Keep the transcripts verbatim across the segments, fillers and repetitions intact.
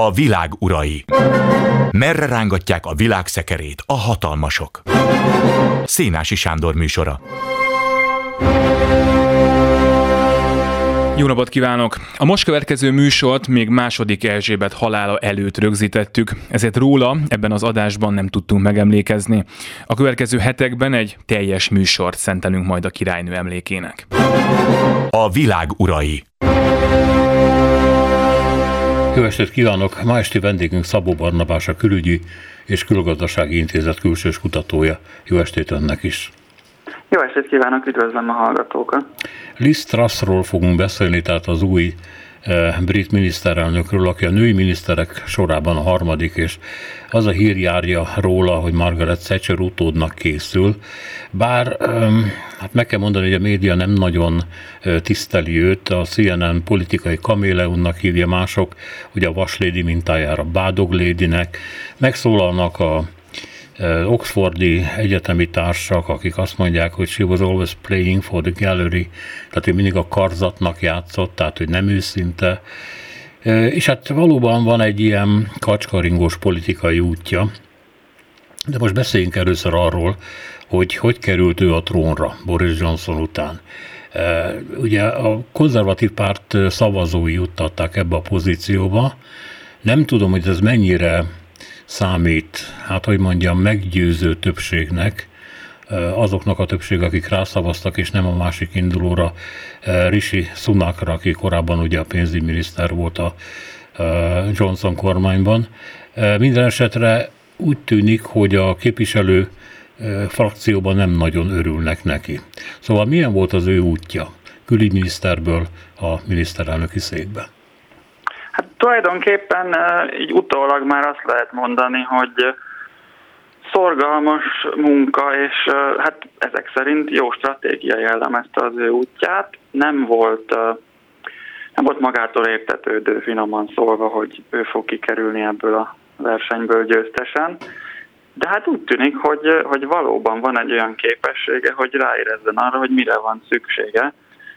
A világ urai. Merre rángatják a világ szekerét a hatalmasok? Szénási Sándor műsora. Jó napot kívánok! A most következő műsort még második Erzsébet halála előtt rögzítettük, ezért róla ebben az adásban nem tudtunk megemlékezni. A következő hetekben egy teljes műsort szentelünk majd a királynő emlékének. A világ urai. Jó estét kívánok! Ma esti vendégünk Szabó Barnabás, a Külügyi és Külgazdasági Intézet külsős kutatója. Jó estét önnek is! Jó estét kívánok, üdvözlöm a hallgatókat! Liz Trussról fogunk beszélni, tehát az új eh, brit miniszterelnökről, aki a női miniszterek sorában a harmadik, és az a hír járja róla, hogy Margaret Thatcher utódnak készül. Bár eh, hát meg kell mondani, hogy a média nem nagyon eh, tiszteli őt, a C N N politikai kaméleonnak hívja, mások, ugye a vaslédi mintájára bádoglédinek, megszólalnak a oxfordi egyetemi társak, akik azt mondják, hogy she was always playing for the gallery, tehát ő mindig a karzatnak játszott, tehát hogy nem őszinte. És hát valóban van egy ilyen kacskaringós politikai útja, de most beszéljünk először arról, hogy hogy került ő a trónra Boris Johnson után. Ugye a konzervatív párt szavazói juttatták ebbe a pozícióba. Nem tudom, hogy ez mennyire számít, hát hogy mondjam, meggyőző többségnek, azoknak a többség, akik rászavaztak, és nem a másik indulóra, Rishi Sunakra, aki korábban ugye a pénzügyminiszter volt a Johnson kormányban. Minden esetre úgy tűnik, hogy a képviselő frakcióban nem nagyon örülnek neki. Szóval milyen volt az ő útja külügyminiszterből a miniszterelnöki székbe? Hát tulajdonképpen így utólag már azt lehet mondani, hogy szorgalmas munka, és hát ezek szerint jó stratégia jellemezte az ő útját. Nem volt, nem volt magától értetődő, finoman szólva, hogy ő fog kikerülni ebből a versenyből győztesen. De hát úgy tűnik, hogy, hogy valóban van egy olyan képessége, hogy ráérezzen arra, hogy mire van szüksége.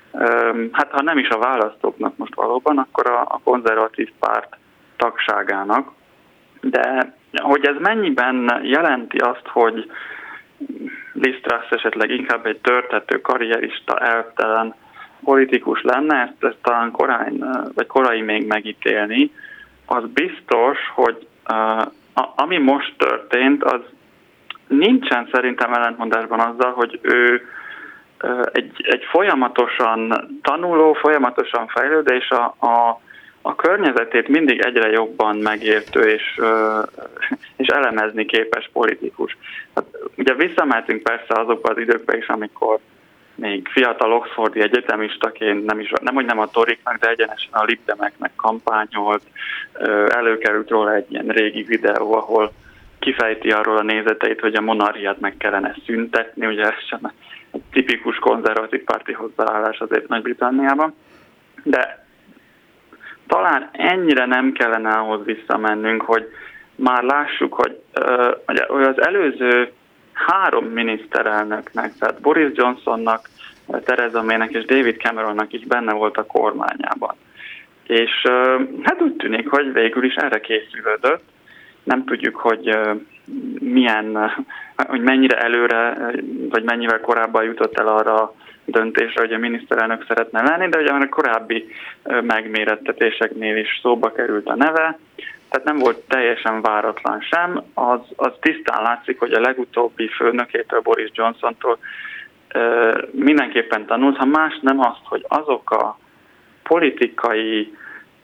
Hát ha nem is a választóknak most valóban, akkor a, a konzervatív párt tagságának. De hogy ez mennyiben jelenti azt, hogy Liz Truss esetleg inkább egy törtető, karrierista, elvtelen politikus lenne, ezt, ezt talán korán, vagy korai még megítélni, az biztos, hogy uh, a, ami most történt, az nincsen szerintem ellentmondásban azzal, hogy ő Egy, egy folyamatosan tanuló, folyamatosan fejlődő, és a, a, a környezetét mindig egyre jobban megértő és, és elemezni képes politikus. Hát, ugye visszamehetünk persze azokba az időkbe is, amikor még fiatal oxfordi egyetemistaként, nem, is, nem hogy nem a toriknak, de egyenesen a libdemeknek kampányolt, előkerült róla egy ilyen régi videó, ahol kifejti arról a nézeteit, hogy a monarchiát meg kellene szüntetni, ugye ez sem egy tipikus konzervatív párti hozzáállás azért Nagy-Britanniában, de talán ennyire nem kellene ahhoz visszamennünk, hogy már lássuk, hogy, hogy az előző három miniszterelnöknek, tehát Boris Johnsonnak, Theresa Maynek és David Cameronnak is benne volt a kormányában. És hát úgy tűnik, hogy végül is erre készülődött. Nem tudjuk, hogy milyen, hogy mennyire előre, vagy mennyivel korábban jutott el arra a döntésre, hogy a miniszterelnök szeretne lenni, de ugye a korábbi megmérettetéseknél is szóba került a neve, tehát nem volt teljesen váratlan sem. Az, az tisztán látszik, hogy a legutóbbi főnökétől, Boris Johnsontól mindenképpen tanult, ha más nem azt, hogy azok a politikai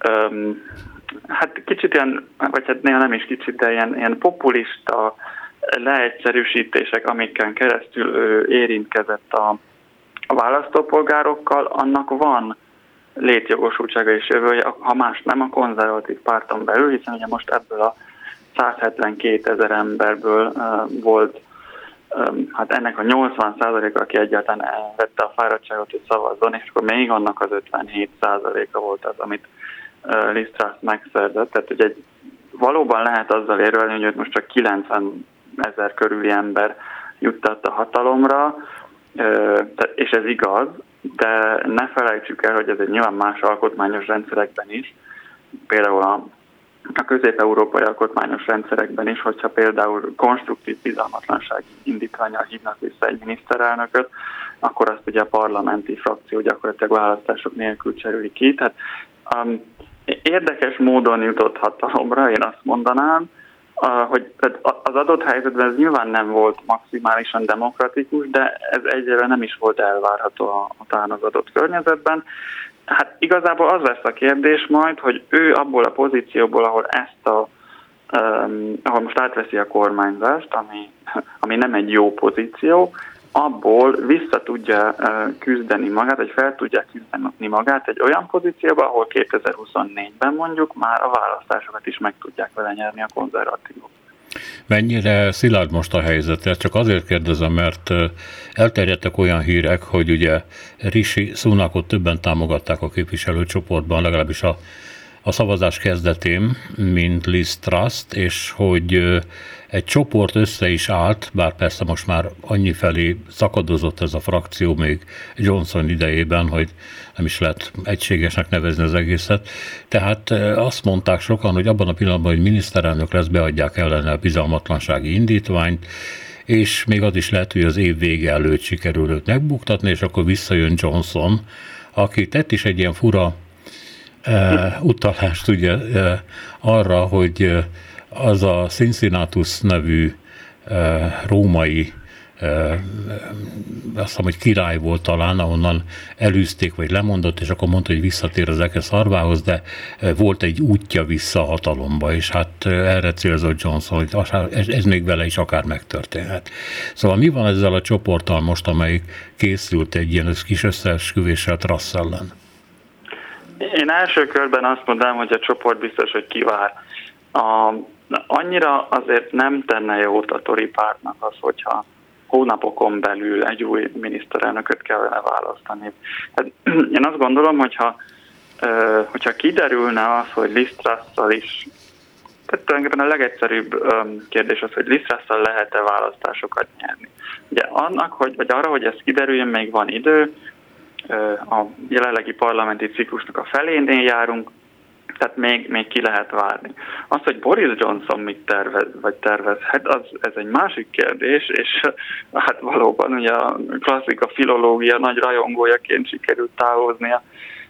hát kicsit ilyen, vagy hát néha nem is kicsit, de ilyen, ilyen populista leegyszerűsítések, amikkel keresztül ő érintkezett a, a választópolgárokkal, annak van létjogosultsága és jövője, ha más nem a konzervatív párton belül, hiszen ugye most ebből a száz hetvenkétezer emberből uh, volt um, hát ennek a nyolcvan százaléka, aki egyáltalán elvette a fáradtságot, hogy szavazzon, és akkor még annak az ötvenhét százaléka volt az, amit uh, Liz Truss megszerzett. Tehát ugye egy, valóban lehet azzal érvelni, hogy most csak kilencven ezer körüli ember juttatta hatalomra, uh, és ez igaz, de ne felejtsük el, hogy ez egy nyilván más alkotmányos rendszerekben is. Például a a közép-európai alkotmányos rendszerekben is, hogyha például konstruktív bizalmatlansági indítvánnyal hívnak vissza egy miniszterelnököt, akkor azt ugye a parlamenti frakció gyakorlatilag választások nélkül cseréli ki. Tehát um, érdekes módon jutott hatalomra, én azt mondanám, uh, hogy az adott helyzetben ez nyilván nem volt maximálisan demokratikus, de ez egyre nem is volt elvárható a, a talán az adott környezetben. Hát igazából az lesz a kérdés majd, hogy ő abból a pozícióból, ahol ezt a, um, ahol most átveszi a kormányzást, ami, ami nem egy jó pozíció, abból vissza tudja uh, küzdeni magát, vagy fel tudja küzdeni magát egy olyan pozícióba, ahol kétezer-huszonnégyben mondjuk már a választásokat is meg tudják vele nyerni a konzervatívok. Mennyire szilárd most a helyzet? Ezt csak azért kérdezem, mert elterjedtek olyan hírek, hogy ugye Rishi Sunakot többen támogatták a képviselőcsoportban, legalábbis a, a szavazás kezdetén, mint Liz Truss, és hogy egy csoport össze is állt, bár persze most már annyi felé szakadozott ez a frakció még Johnson idejében, hogy nem is lehet egységesnek nevezni az egészet. Tehát azt mondták sokan, hogy abban a pillanatban, hogy miniszterelnök lesz, beadják ellene a bizalmatlansági indítványt, és még az is lehet, hogy az év vége előtt sikerül őt megbuktatni, és akkor visszajön Johnson, aki tett is egy ilyen fura uh, utalást ugye, uh, arra, hogy uh, az a Cincinnatus nevű uh, római Uh, azt hiszem, hogy király volt talán, ahonnan elűzték, vagy lemondott, és akkor mondta, hogy visszatér az eke szarvához, de uh, volt egy útja vissza a hatalomba, és hát uh, erre célzott Johnson, hogy ez, ez még vele is akár megtörténhet. Szóval mi van ezzel a csoporttal most, amelyik készült egy ilyen kis összeesküvéssel Truss ellen? Én első körben azt mondanám, hogy a csoport biztos, hogy kivár. A, annyira azért nem tenne jót a Tory pártnak az, hogyha hónapokon belül egy új miniszterelnököt kellene választani. Tehát én azt gondolom, hogyha, hogyha kiderülne az, hogy Liz Truss-szal is, tehát tulajdonképpen a legegyszerűbb kérdés az, hogy Liz Truss-szal lehet-e választásokat nyerni. Ugye annak, hogy, vagy arra, hogy ez kiderüljön, még van idő, a jelenlegi parlamenti ciklusnak a felénél járunk, tehát még, még ki lehet várni. Az, hogy Boris Johnson mit tervez, vagy tervezhet, az, ez egy másik kérdés, és hát valóban ugye a klasszika filológia nagy rajongójaként sikerült távoznia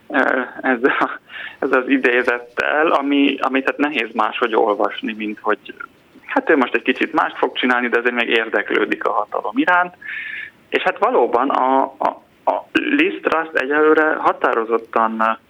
ez, a, ez az idézettel, ami, amit hát nehéz máshogy olvasni, mint hogy hát ő most egy kicsit mást fog csinálni, de azért még érdeklődik a hatalom iránt. És hát valóban a, a, a Liz Truss egyelőre határozottan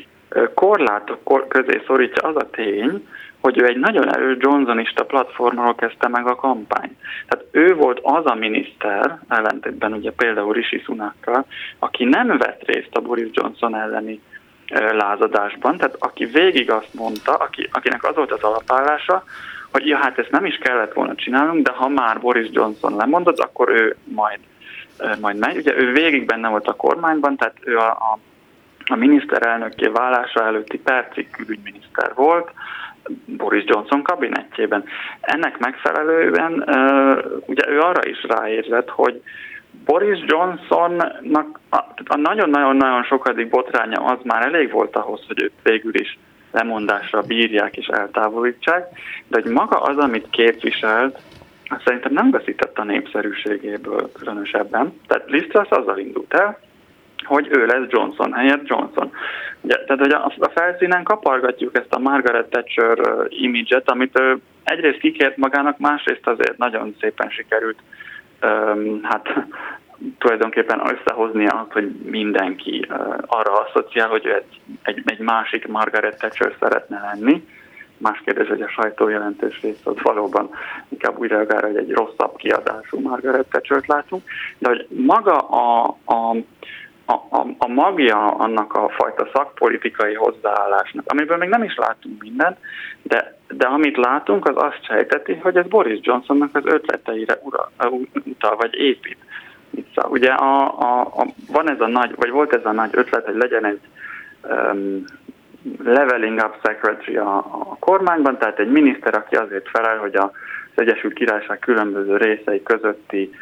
korlátok közé szorítja az a tény, hogy ő egy nagyon erős johnsonista platformról kezdte meg a kampány. Tehát ő volt az a miniszter, ellentétben ugye például Rishi Sunakkal, aki nem vett részt a Boris Johnson elleni lázadásban, tehát aki végig azt mondta, aki, akinek az volt az alapállása, hogy ja, hát ezt nem is kellett volna csinálnunk, de ha már Boris Johnson lemondott, akkor ő majd, majd megy. Ugye ő végig benne volt a kormányban, tehát ő a, a A miniszterelnökké válása előtti percig külügyminiszter volt Boris Johnson kabinettjében. Ennek megfelelően ugye ő arra is ráérzett, hogy Boris Johnsonnak a, a nagyon-nagyon-nagyon sokadik botránya az már elég volt ahhoz, hogy őt végül is lemondásra bírják és eltávolítsák, de hogy maga az, amit képviselt, azt szerintem nem veszített a népszerűségéből különösebben. Tehát Liz Truss azzal indult el, hogy ő lesz Johnson helyett Johnson. Ugye, tehát, hogy a felszínen kapargatjuk ezt a Margaret Thatcher image-et, amit ő egyrészt kikért magának, másrészt azért nagyon szépen sikerült um, hát tulajdonképpen összehoznia azt, hogy mindenki uh, arra asszociál, hogy ő egy, egy, egy másik Margaret Thatcher szeretne lenni. Más kérdés, hogy a sajtó jelentős rész az valóban inkább úgy reagál, hogy egy rosszabb kiadású Margaret Thatchert látunk, de hogy maga a, a A, a, a magja annak a fajta szakpolitikai hozzáállásnak, amiből még nem is látunk mindent, de, de amit látunk, az azt sejteti, hogy ez Boris Johnsonnak az ötleteire ura, utal, vagy épít. Ugye a, a, a, van ez a nagy, vagy volt ez a nagy ötlet, hogy legyen egy um, leveling up secretary a, a kormányban, tehát egy miniszter, aki azért felel, hogy az Egyesült Királyság különböző részei közötti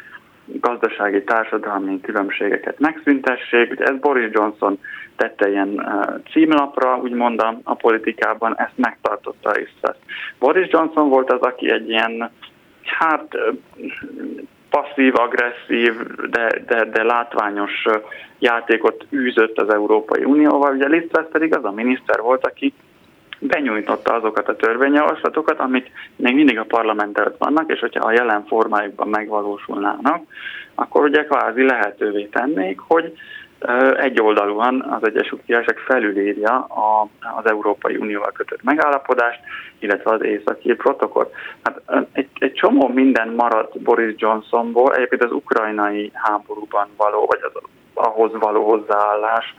gazdasági, társadalmi különbségeket megszüntessék. Ugye ez Boris Johnson tette ilyen címlapra, úgymond a, a politikában, ezt megtartotta részt. Boris Johnson volt az, aki egy ilyen, hát passzív, agresszív, de, de, de látványos játékot űzött az Európai Unióval. Ugye Liz Truss pedig az a miniszter volt, aki benyújtotta azokat a törvényjavaslatokat, amik még mindig a parlament előtt vannak, és hogyha a jelen formájukban megvalósulnának, akkor ugye kvázi lehetővé tennék, hogy egyoldalúan az Egyesült Királyság felülírja a, az Európai Unióval kötött megállapodást, illetve az északi protokollt. Hát egy, egy csomó minden maradt Boris Johnsonból, egyébként az ukrajnai háborúban való, vagy az ahhoz való hozzáállás,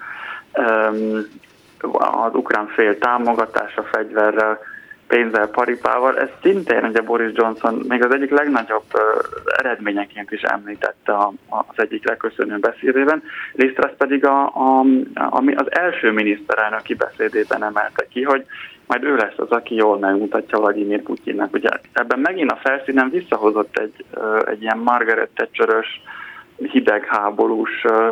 az ukrán fél támogatása fegyverrel, pénzzel, paripával, ez szintén ugye Boris Johnson még az egyik legnagyobb uh, eredményeként is említette a, az egyik legköszönő beszédében. Liz Truss pedig a, a, a, az első miniszterelnöki beszédében emelte ki, hogy majd ő lesz az, aki jól megmutatja Vladimir Putyinnak. Ugye ebben megint a felszínen visszahozott egy, uh, egy ilyen Margaret Thatcher-ös, hidegháborús uh,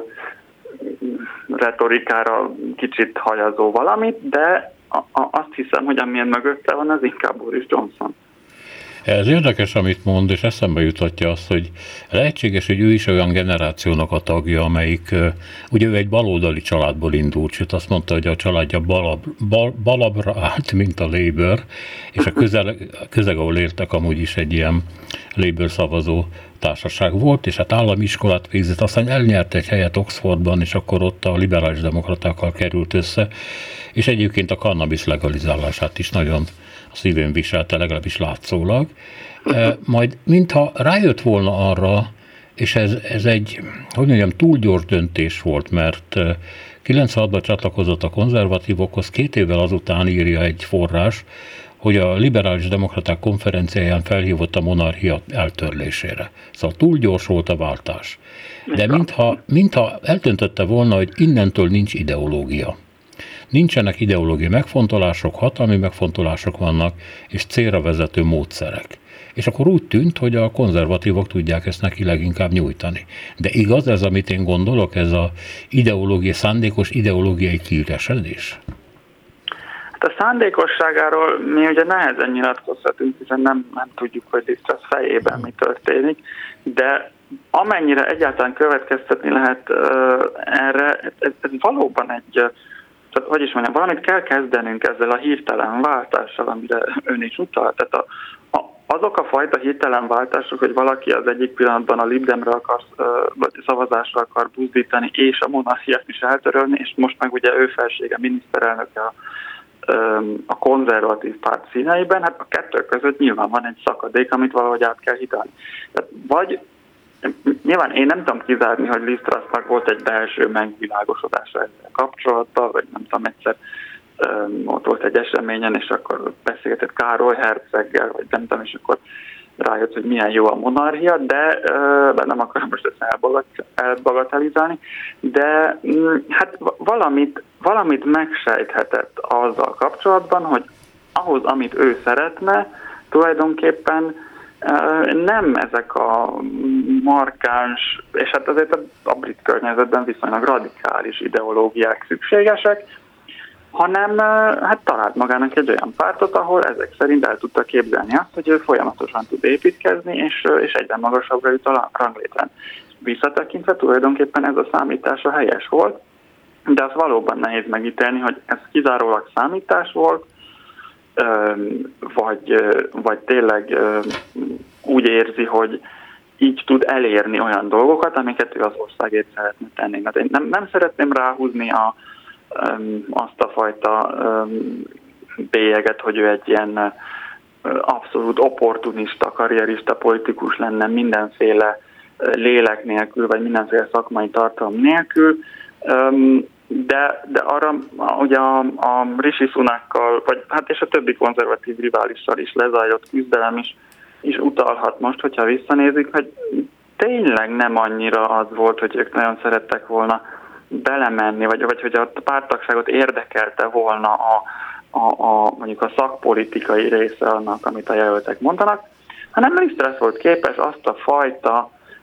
retorikára kicsit hajazó valamit, de a, a, azt hiszem, hogy amilyen mögötte van, az inkább Boris Johnson. Ez érdekes, amit mond, és eszembe jutatja azt, hogy lehetséges, hogy ő is olyan generációnak a tagja, amelyik, ugye ő egy baloldali családból indult, sőt azt mondta, hogy a családja balab, bal, balabra állt, mint a Labour, és a közel, közeg, ahol éltek, amúgy is egy ilyen Labour szavazó társaság volt, és hát állami iskolát végzett, aztán elnyert egy helyet Oxfordban, és akkor ott a liberális demokratákkal került össze, és egyébként a cannabis legalizálását is nagyon a szívén viselte, legalábbis látszólag. Majd mintha rájött volna arra, és ez, ez egy, hogy mondjam, túl gyors döntés volt, mert kilencvenhatban csatlakozott a konzervatívokhoz, két évvel azután írja egy forrás, hogy a liberális demokraták konferenciáján felhívott a monarchia eltörlésére. Szóval túl gyors volt a váltás. De mintha, mintha eldöntötte volna, hogy innentől nincs ideológia. Nincsenek ideológiai megfontolások, hatalmi megfontolások vannak, és célra vezető módszerek. És akkor úgy tűnt, hogy a konzervatívok tudják ezt neki leginkább nyújtani. De igaz ez, amit én gondolok, ez a ideológiai, szándékos ideológiai kiüresedés? Hát a szándékosságáról mi ugye nehezen nyilatkozhatunk, hiszen nem, nem tudjuk, hogy Liz Truss fejében mi történik, de amennyire egyáltalán következtetni lehet uh, erre, ez, ez valóban egy, uh, tehát, hogy is mondjam, valamit kell kezdenünk ezzel a hirtelen váltással, amire ön is utalt. Tehát a, a, azok a fajta hirtelen váltások, hogy valaki az egyik pillanatban a Lib Demre akar, uh, vagy szavazásra akar buzdítani, és a monarchiát is eltörölni, és most meg ugye ő felsége miniszterelnöke a a konzervatív párt színeiben, hát a kettő között nyilván van egy szakadék, amit valahogy át kell hidalni. Tehát vagy, nyilván én nem tudom kizárni, hogy Liz Trussnak volt egy belső megvilágosodása ezzel kapcsolatban, vagy nem tudom, egyszer um, ott volt egy eseményen, és akkor beszélgetett Károly herceggel, vagy nem tudom, és akkor rájött, hogy milyen jó a monarchia, de, de nem akarom most ezt elbagatelizálni, de hát valamit, valamit megsejthetett azzal kapcsolatban, hogy ahhoz, amit ő szeretne, tulajdonképpen nem ezek a markáns, és hát azért a brit környezetben viszonylag radikális ideológiák szükségesek, hanem hát talált magának egy olyan pártot, ahol ezek szerint el tudta képzelni azt, hogy ő folyamatosan tud építkezni, és, és egyre magasabbra jut a ranglétrán. Visszatekintve tulajdonképpen ez a számítása helyes volt, de az valóban nehéz megítélni, hogy ez kizárólag számítás volt, vagy, vagy tényleg úgy érzi, hogy így tud elérni olyan dolgokat, amiket ő az országért szeretne tenni. Hát én nem, nem szeretném ráhúzni a azt a fajta bélyeget, hogy ő egy ilyen abszolút opportunista, karrierista politikus lenne mindenféle lélek nélkül, vagy mindenféle szakmai tartalom nélkül, de, de arra ugye a, a Rishi Sunakkal, vagy hát és a többi konzervatív riválissal is lezajlott küzdelem is, is utalhat most, hogyha visszanézik, hogy tényleg nem annyira az volt, hogy ők nagyon szerettek volna belemenni, vagy, vagy hogy a párttagságot érdekelte volna a, a, a, mondjuk a szakpolitikai része annak, amit a jelöltek mondanak, hanem Liz Truss volt képes azt a fajta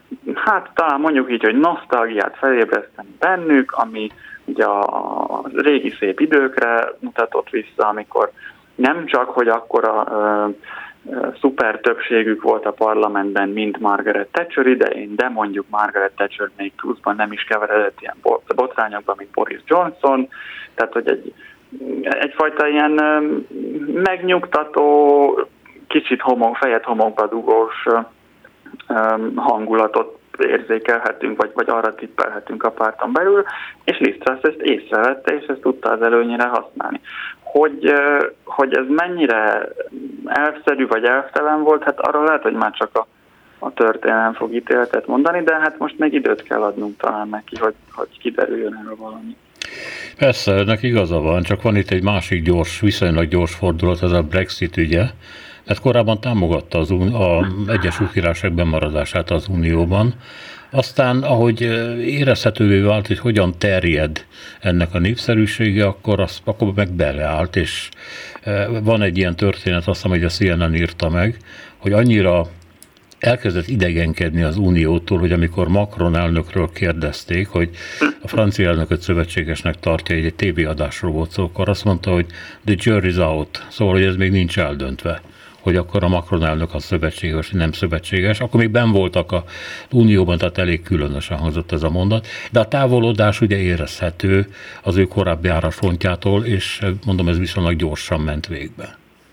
hát talán mondjuk így, hogy nosztalgiát felébreszteni bennük, ami ugye a régi szép időkre mutatott vissza, amikor nem csak, hogy akkora ö, ö, szuper többségük volt a parlamentben, mint Margaret Thatcher idején, de mondjuk Margaret Thatcher még pluszban nem is keveredett ilyen botrányokban, mint Boris Johnson, tehát hogy egy, egyfajta ilyen ö, megnyugtató, kicsit homok, fejet homokba dugós ö, hangulatot érzékelhetünk, vagy, vagy arra tippelhetünk a párton belül, és Liz Truss ezt észrevette, és ezt tudta az előnyére használni. Hogy, hogy ez mennyire elvszerű vagy elvtelen volt, hát arról lehet, hogy már csak a, a történelem fog ítéletet mondani, de hát most még időt kell adnunk talán neki, hogy, hogy kiderüljön erről valami. Persze, ennek igaza van, csak van itt egy másik gyors, viszonylag gyors fordulat, ez a Brexit ügye, mert korábban támogatta az az Egyesült Királyság bemaradását az Unióban. Aztán, ahogy érezhetővé vált, hogy hogyan terjed ennek a népszerűsége, akkor, az, akkor meg beleállt, és van egy ilyen történet, azt hiszem, hogy a C N N írta meg, hogy annyira elkezdett idegenkedni az Uniótól, hogy amikor Macron elnökről kérdezték, hogy a francia elnököt szövetségesnek tartja, egy tévéadásról volt szó, akkor azt mondta, hogy the jury's out, szóval, hogy ez még nincs eldöntve, hogy akkor a Macron elnök az szövetséges, vagy nem szövetséges. Akkor még benn voltak az Unióban, tehát elég különösen hangzott ez a mondat. De a távolodás ugye érezhető az ő korábbi álláspontjától, és mondom, ez viszonylag gyorsan ment végbe.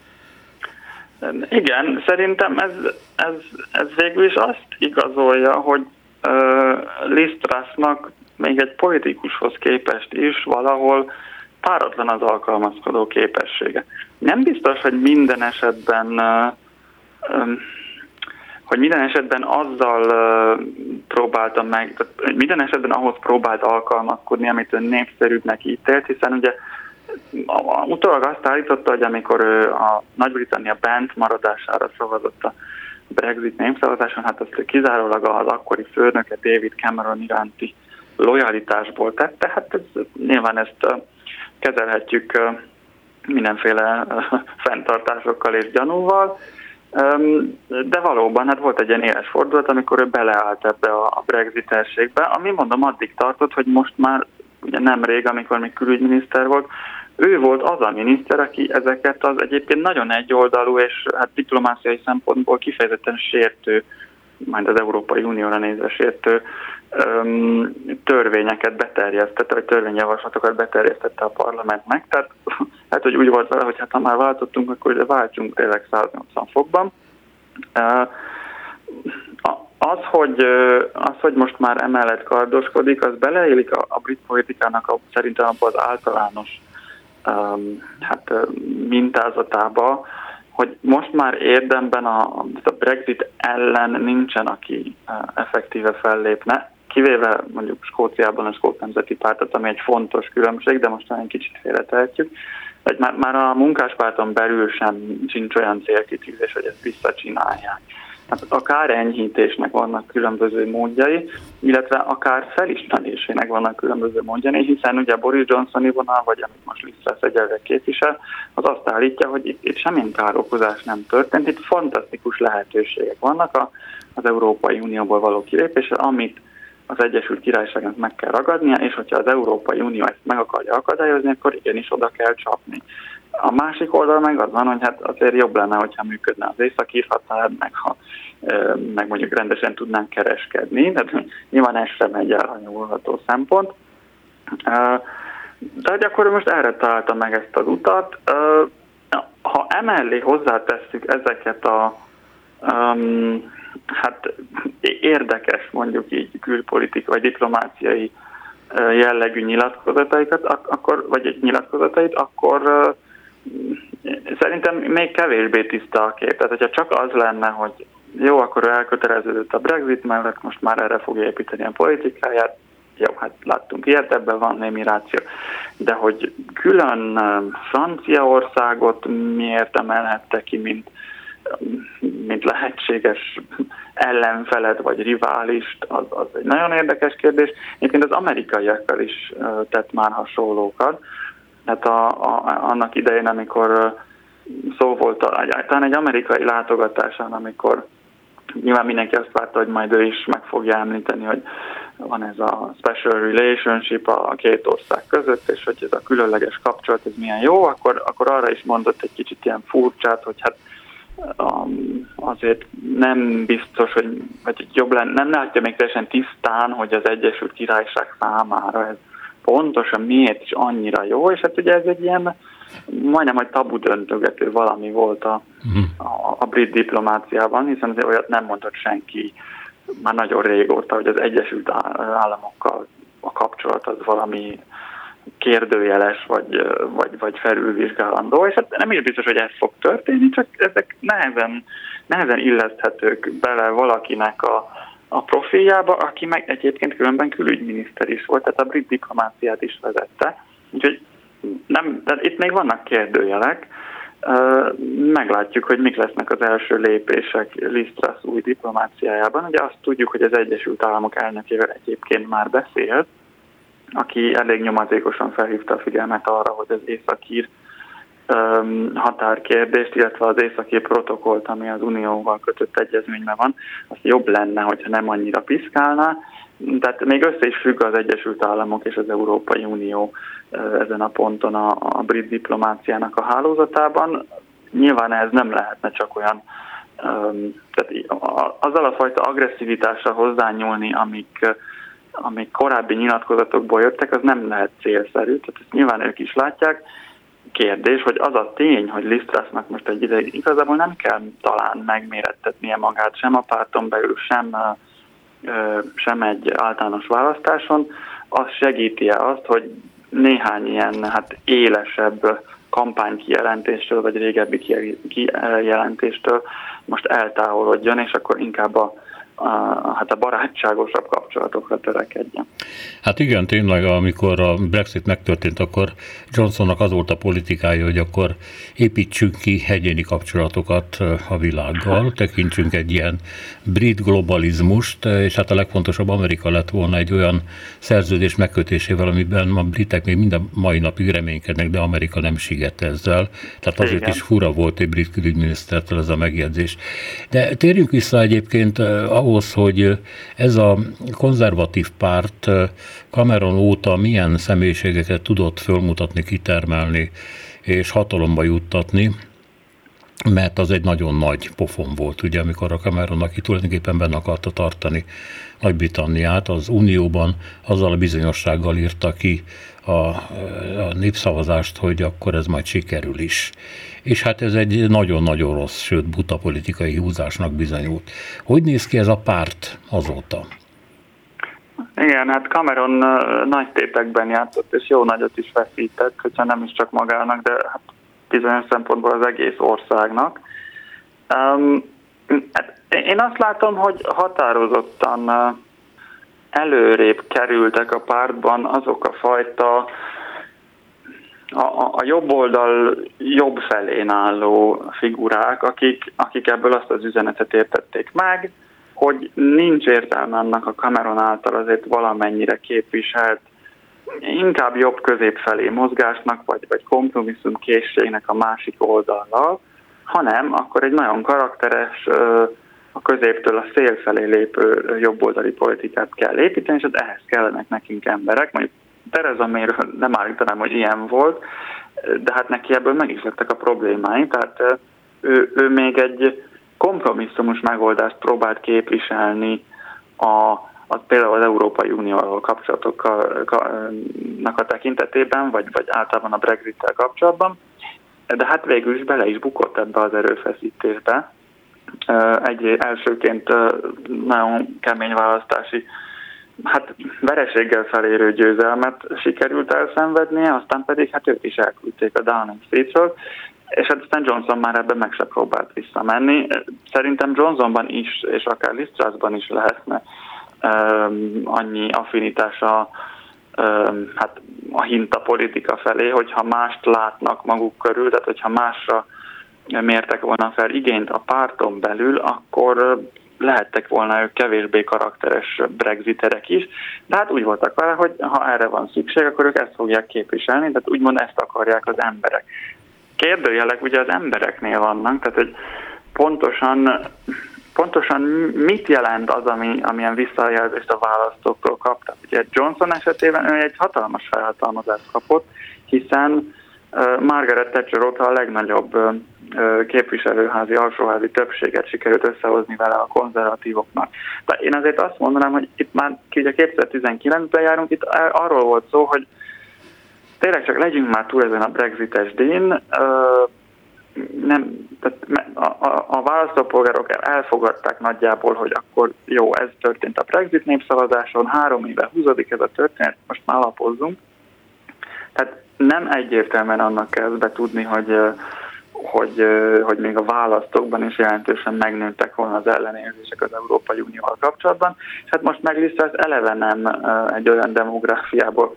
Igen, szerintem ez, ez, ez végül is azt igazolja, hogy uh, Liz Trussnak még egy politikushoz képest is valahol páratlan az alkalmazkodó képessége. Nem biztos, hogy minden esetben uh, um, hogy minden esetben azzal uh, próbáltam meg, tehát minden esetben ahhoz próbált alkalmazkodni, amit ön népszerűbbnek ítélt, hiszen ugye utólag azt állította, hogy amikor ő a Nagy-Britannia bent maradására szavazott a Brexit népszavazáson, hát azt kizárólag az akkori főnöke David Cameron iránti lojalitásból tette, hát ez, nyilván ezt kezelhetjük mindenféle fenntartásokkal és gyanúval, de valóban hát volt egy ilyen éles fordulat, amikor ő beleállt ebbe a Brexit-terségbe, ami mondom addig tartott, hogy most már ugye nemrég, amikor még külügyminiszter volt, ő volt az a miniszter, aki ezeket az egyébként nagyon egyoldalú és hát diplomáciai szempontból kifejezetten sértő, majd az Európai Unióra nézve sértő öm, törvényeket beterjesztette, vagy törvényjavaslatokat beterjesztette a parlamentnek. Tehát hát, hogy úgy volt vele, hogy hát ha már váltottunk, akkor váltsunk tényleg száznyolcvan fokban. Az hogy, az, hogy most már emellett kardoskodik, az beleélik a, a brit politikának a, szerintem abban az általános um, hát, mintázatába, hogy most már érdemben a, a Brexit ellen nincsen, aki uh, effektíve fellépne, kivéve mondjuk Skóciában a Skót Nemzeti Pártot, ami egy fontos különbség, de most egy kicsit félretehetjük. Már, már a munkáspárton belül sem sincs olyan célkitűzés, hogy ezt visszacsinálják. Hát akár enyhítésnek vannak különböző módjai, illetve akár felismerésének vannak különböző módjai, hiszen ugye Boris Johnsoni vonal, vagy amit most Liz Truss egyelőre képvisel, az azt állítja, hogy itt, itt semmilyen károkozás nem történt, itt fantasztikus lehetőségek vannak a, az Európai Unióból való kilépésre, amit az Egyesült Királyságnak meg kell ragadnia, és hogyha az Európai Unió ezt meg akarja akadályozni, akkor igenis oda kell csapni. A másik oldal meg az van, hogy hát azért jobb lenne, hogyha működne az északír határ, meg, ha, meg mondjuk rendesen tudnánk kereskedni, de nyilván ez sem egy elhanyagolható szempont. De akkor most erre találta meg ezt az utat. Ha emellé hozzátesszük ezeket a um, hát érdekes, mondjuk így külpolitikai vagy diplomáciai jellegű nyilatkozataikat, akkor, vagy egy nyilatkozatait, akkor szerintem még kevésbé tiszta a kép. Tehát, hogyha csak az lenne, hogy jó, akkor elköteleződött a Brexit mellett, most már erre fogja építeni a politikáját, jó, hát láttunk ilyet, ebben van némi ráció. De hogy külön Franciaországot miért emelhette ki, mint, mint lehetséges ellenfelet vagy riválist, az, az egy nagyon érdekes kérdés. Egyébként az amerikaiakkal is tett már hasonlókat. Hát a, a, annak idején, amikor szó volt a, talán egy amerikai látogatáson, amikor nyilván mindenki azt várta, hogy majd ő is meg fogja említeni, hogy van ez a special relationship a két ország között, és hogy ez a különleges kapcsolat, ez milyen jó, akkor, akkor arra is mondott egy kicsit ilyen furcsát, hogy hát um, azért nem biztos, hogy vagy jobb lenne, nem látja még teljesen tisztán, hogy az Egyesült Királyság számára ez pontosan miért is annyira jó, és hát ugye ez egy ilyen majdnem, hogy tabu döntögető valami volt a, a, a brit diplomáciában, hiszen olyat nem mondott senki már nagyon régóta, hogy az Egyesült Államokkal a kapcsolat az valami kérdőjeles, vagy, vagy, vagy felülvizsgálandó, és hát nem is biztos, hogy ez fog történni, csak ezek nehezen, nehezen illeszthetők bele valakinek a, a profiljába, aki meg egyébként különben külügyminiszter is volt, tehát a brit diplomáciát is vezette. Úgyhogy nem, de itt még vannak kérdőjelek. Meglátjuk, hogy mik lesznek az első lépések Liz Truss új diplomáciájában. Ugye azt tudjuk, hogy az Egyesült Államok elnökével egyébként már beszélt, aki elég nyomatékosan felhívta a figyelmet arra, hogy az északír határkérdést, illetve az északír protokollt, ami az Unióval kötött egyezményben van, az jobb lenne, hogyha nem annyira piszkálná. Tehát még össze is függ az Egyesült Államok és az Európai Unió ezen a ponton a, a brit diplomáciának a hálózatában. Nyilván ez nem lehetne csak olyan, tehát azzal a fajta agresszivitással hozzányúlni, amik, amik korábbi nyilatkozatokból jöttek, az nem lehet célszerű, tehát ezt nyilván ők is látják. Kérdés, hogy az a tény, hogy Liz Trussnak most egy ideig igazából nem kell talán megmérettetnie magát sem a párton belül, sem, sem egy általános választáson, az segíti-e azt, hogy néhány ilyen hát élesebb kampánykijelentéstől, vagy régebbi kijelentéstől most eltávolodjon, és akkor inkább a, a, hát a barátságosabb kapcsolatokra törekedjen. Hát igen, tényleg, amikor a Brexit megtörtént, akkor Johnsonnak az volt a politikája, hogy akkor építsünk ki egyéni kapcsolatokat a világgal, tekintsünk egy ilyen brit globalizmust, és hát a legfontosabb Amerika lett volna egy olyan szerződés megkötésével, amiben a britek még minden mai napig reménykednek, de Amerika nem sigett ezzel. Tehát azért igen. Is fura volt egy brit külügyminisztertől ez a megjegyzés. De térjünk vissza egyébként ahhoz, hogy ez a konzervatív párt Cameron óta milyen személyiségeket tudott fölmutatni, kitermelni és hatalomba juttatni, mert az egy nagyon nagy pofon volt, ugye, amikor a Cameron, aki tulajdonképpen benne akarta tartani Nagy-Britanniát, az Unióban azzal a bizonyossággal írta ki a, a népszavazást, hogy akkor ez majd sikerül is. És hát ez egy nagyon-nagyon rossz, sőt buta politikai húzásnak bizonyult. Hogy néz ki ez a párt azóta? Igen, hát Cameron nagy tétekben játszott, és jó nagyot is veszített, hogyha nem is csak magának, de hát bizonyos szempontból az egész országnak. Um, én azt látom, hogy határozottan előrébb kerültek a pártban azok a fajta a, a jobb oldal jobb felén álló figurák, akik, akik ebből azt az üzenetet értették meg, hogy nincs értelme annak a Cameron által azért valamennyire képviselt, inkább jobb közép felé mozgásnak, vagy, vagy kompromisszum készségnek a másik oldallal, hanem akkor egy nagyon karakteres, a középtől a szél felé lépő jobboldali politikát kell építeni, és ehhez kellenek nekünk emberek. Mondjuk Theresa Mayről nem állítanám, hogy ilyen volt, de hát neki ebből meg is lettek a problémái, tehát ő, ő még egy kompromisszumos megoldást próbált képviselni a, a például az Európai Unióval kapcsolatoknak a tekintetében, vagy, vagy általában a Brexit-tel kapcsolatban, de hát végül is bele is bukott ebbe az erőfeszítésbe. Egy elsőként nagyon kemény választási, hát vereséggel felérő győzelmet sikerült elszenvednie, aztán pedig hát ők is elküldték a Downing Streetről, és hát aztán Johnson már ebben meg se próbált visszamenni. Szerintem Johnsonban is, és akár Liz Trussban is lehetne um, annyi affinitása um, hát a hinta politika felé, hogyha mást látnak maguk körül, tehát hogyha másra mértek volna fel igényt a párton belül, akkor lehettek volna ők kevésbé karakteres brexiterek is, de hát úgy voltak vele, hogy ha erre van szükség, akkor ők ezt fogják képviselni, tehát úgymond ezt akarják az emberek. Kérdőjelek ugye az embereknél vannak, tehát hogy pontosan pontosan mit jelent az, ami, amilyen visszajelzést a választóktól kaptak. Ugye Johnson esetében ő egy hatalmas felhatalmazást kapott, hiszen Margaret Thatcher óta a legnagyobb képviselőházi, alsóházi többséget sikerült összehozni vele a konzervatívoknak. De én azért azt mondanám, hogy itt már ugye kétezer-tizenkilencben járunk, itt arról volt szó, hogy tényleg csak legyünk már túl ezen a brexites díjn. Nem, tehát a, a, a választópolgárok elfogadták nagyjából, hogy akkor jó, ez történt a Brexit népszavazáson, három éve húzódik ez a történet, most már alapozzunk. Tehát nem egyértelműen annak kell betudni, hogy, hogy, hogy még a választókban is jelentősen megnőttek volna az ellenérzések az Európai Unióval kapcsolatban, és hát most meg Liz Truss eleve nem egy olyan demográfiából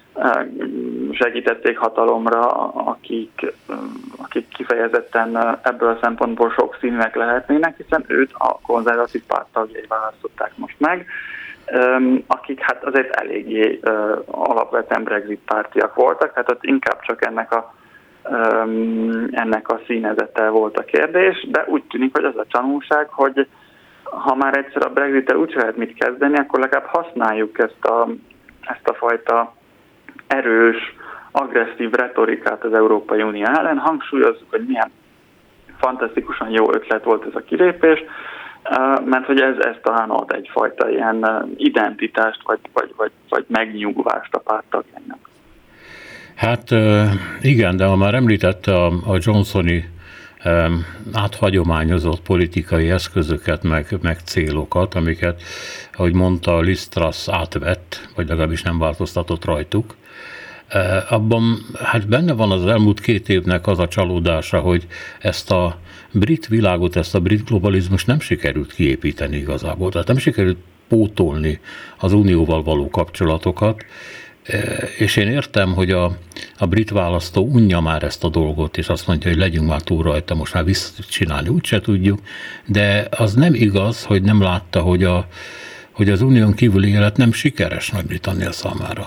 segítették hatalomra, akik, akik kifejezetten ebből a szempontból sokszínűek lehetnének, hiszen őt a konzervatív párt tagjai választották most meg, akik hát azért eléggé alapvetően Brexit pártiak voltak, tehát ott inkább csak ennek a, ennek a színezettel volt a kérdés, de úgy tűnik, hogy az a tanulság, hogy ha már egyszer a Brexit-tel úgy lehet mit kezdeni, akkor legalább használjuk ezt a, ezt a fajta erős, agresszív retorikát az Európai Unió ellen, hangsúlyozzuk, hogy milyen fantasztikusan jó ötlet volt ez a kilépés, mert hogy ez, ez talán ad egyfajta ilyen identitást, vagy, vagy, vagy, vagy megnyugvást a párttagjainak. Hát igen, de ha már említette a, a Johnsoni áthagyományozott politikai eszközöket, meg, meg célokat, amiket, ahogy mondta, Liz Truss átvett, vagy legalábbis nem változtatott rajtuk. Abban hát benne van az elmúlt két évnek az a csalódása, hogy ezt a brit világot, ezt a brit globalizmus nem sikerült kiépíteni igazából. Tehát nem sikerült pótolni az unióval való kapcsolatokat, és én értem, hogy a, a brit választó unja már ezt a dolgot, és azt mondja, hogy legyünk már túl rajta, most már visszacsinálni úgyse tudjuk, de az nem igaz, hogy nem látta, hogy, a, hogy az unión kívüli élet nem sikeres Nagy-Britannia számára.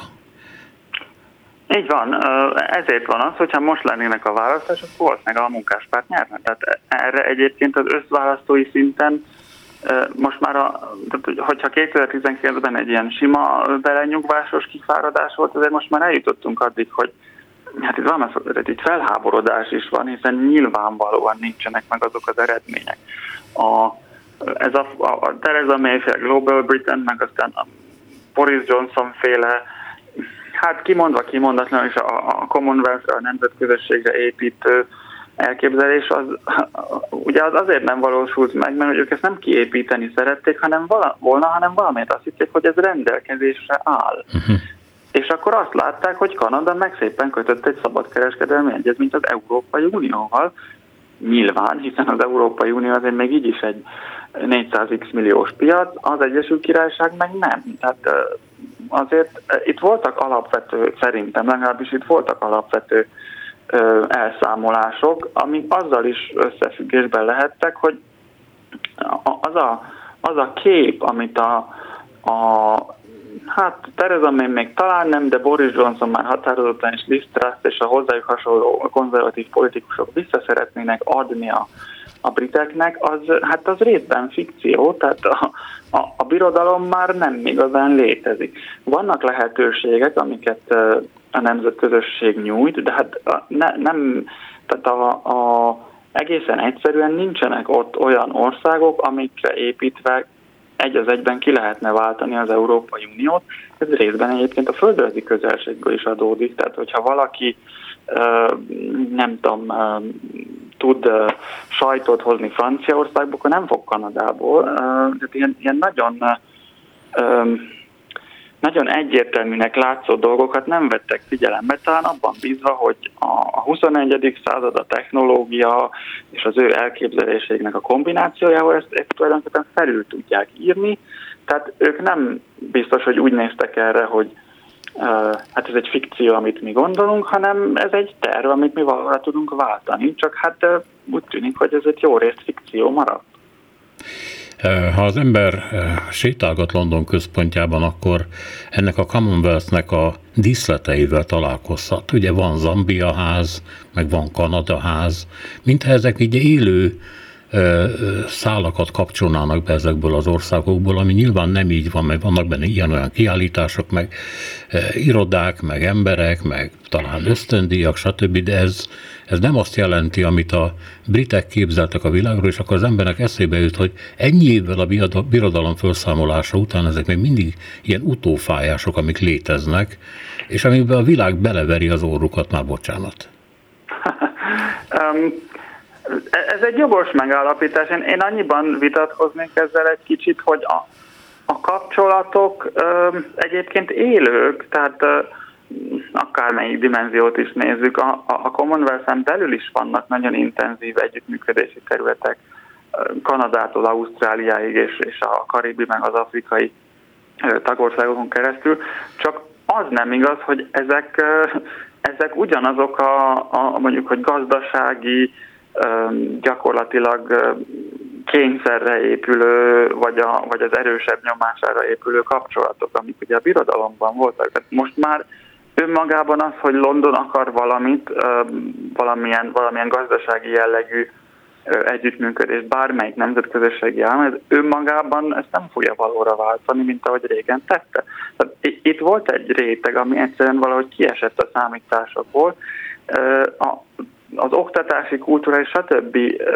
Így van, ezért van az, hogyha most lennének a választások, valószínűleg a munkáspárt nyerne. Tehát erre egyébként az összválasztói szinten most már, a, hogyha kétezer-tizenkilencben egy ilyen sima belenyugvásos kifáradás volt, azért most már eljutottunk addig, hogy hát itt van az, itt felháborodás is van, hiszen nyilvánvalóan nincsenek meg azok az eredmények. A, ez a, a Theresa May-féle Global Britain, meg aztán a Boris Johnson féle, hát kimondva kimondatlan, és a, a Commonwealth-ra, a nemzetközösségre építő elképzelés az ugye az azért nem valósult meg, mert ők ezt nem kiépíteni szerették, hanem vala, volna, hanem valamit azt hitték, hogy ez rendelkezésre áll. Uh-huh. És akkor azt látták, hogy Kanada meg szépen kötött egy szabadkereskedelmi egyezményt az Európai Unióval. Nyilván, hiszen az Európai Unió azért még így is egy négyszáz x milliós piac, az Egyesült Királyság meg nem. Tehát azért itt voltak alapvető, szerintem legalábbis itt voltak alapvető elszámolások, amik azzal is összefüggésben lehettek, hogy az a, az a kép, amit a, a hát Theresa May még talán nem, de Boris Johnson már határozottan és Liz Truss és a hozzájuk hasonló konzervatív politikusok vissza szeretnének adni a, a briteknek, az, hát az részben fikció, tehát a, a, a birodalom már nem igazán létezik. Vannak lehetőségek, amiket a nemzetközösség nyújt, de hát ne, nem, tehát a, a, egészen egyszerűen nincsenek ott olyan országok, amikre építve egy az egyben ki lehetne váltani az Európai Uniót. Ez részben egyébként a földrajzi közelségből is adódik, tehát hogyha valaki nem tudom, tud sajtot hozni Franciaországból, akkor nem fog Kanadából. Tehát ilyen, ilyen nagyon nagyon egyértelműnek látszó dolgokat nem vettek figyelembe, talán abban bízva, hogy a huszonegyedik század, a technológia és az ő elképzeléseiknek a kombinációjával ezt, ezt tulajdonképpen felül tudják írni. Tehát ők nem biztos, hogy úgy néztek erre, hogy uh, hát ez egy fikció, amit mi gondolunk, hanem ez egy terv, amit mi valóra tudunk váltani. Csak hát uh, úgy tűnik, hogy ez egy jó részt fikció maradt. Ha az ember sétálgat London központjában, akkor ennek a Commonwealth-nek a díszleteivel találkozhat. Ugye van Zambia ház, meg van Kanada ház, mintha ezek így élő szálakat kapcsolnának be ezekből az országokból, ami nyilván nem így van, mert vannak benne ilyen-olyan kiállítások, meg irodák, meg emberek, meg talán ösztöndíjak, stb., de ez, ez nem azt jelenti, amit a britek képzeltek a világról, és akkor az embernek eszébe jut, hogy ennyi évvel a birodalom felszámolása után ezek még mindig ilyen utófájások, amik léteznek, és amikben a világ beleveri az orrukat, már bocsánat. um, ez egy jogos megállapítás. Én, én annyiban vitatkoznék ezzel egy kicsit, hogy a, a kapcsolatok um, egyébként élők, tehát uh, akármelyik dimenziót is nézzük, a, a, a Commonwealth-en belül is vannak nagyon intenzív együttműködési területek, Kanadától Ausztráliáig és, és a karibi meg az afrikai tagországokon keresztül, csak az nem igaz, hogy ezek, ezek ugyanazok a, a mondjuk, hogy gazdasági, gyakorlatilag kényszerre épülő, vagy, a, vagy az erősebb nyomására épülő kapcsolatok, amik ugye a birodalomban voltak. Tehát most már önmagában az, hogy London akar valamit, valamilyen, valamilyen gazdasági jellegű együttműködést bármelyik nemzetközösségi állam, ez önmagában ezt nem fogja valóra váltani, mint ahogy régen tette. Tehát itt volt egy réteg, ami egyszerűen valahogy kiesett a számításokból. Az oktatási, kultúra és stb.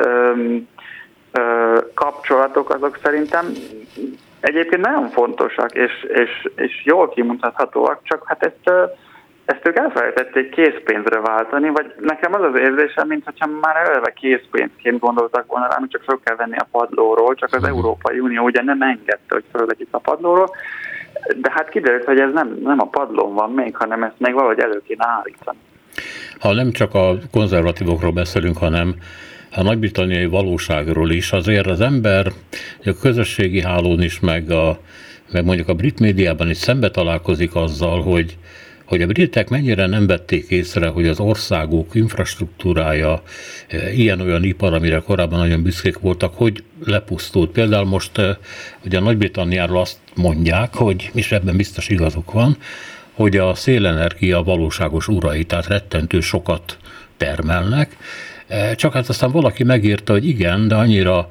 Kapcsolatok azok szerintem egyébként nagyon fontosak és, és, és jól kimutathatóak, csak hát ezt, ezt ők elfelejtették készpénzre váltani, vagy nekem az az érzésem, mintha már eleve készpénzként gondoltak volna rá, csak fel kell venni a padlóról, csak az Európai Unió ugye nem engedte, hogy fölvegyük a padlóról, de hát kiderült, hogy ez nem, nem a padlón van még, hanem ezt még valahogy elő kéne állítani. Ha nem csak a konzervatívokról beszélünk, hanem a nagy-britanniai valóságról is, azért az ember a közösségi hálón is, meg, a, meg mondjuk a brit médiában is szembe találkozik azzal, hogy, hogy a britek mennyire nem vették észre, hogy az országuk infrastruktúrája, ilyen-olyan ipar, amire korábban nagyon büszkék voltak, hogy lepusztult. Például most ugye a Nagy-Britanniáról azt mondják, hogy, és ebben biztos igazuk van, hogy a szélenergia valóságos urai, tehát rettentő sokat termelnek, csak hát aztán valaki megírta, hogy igen, de annyira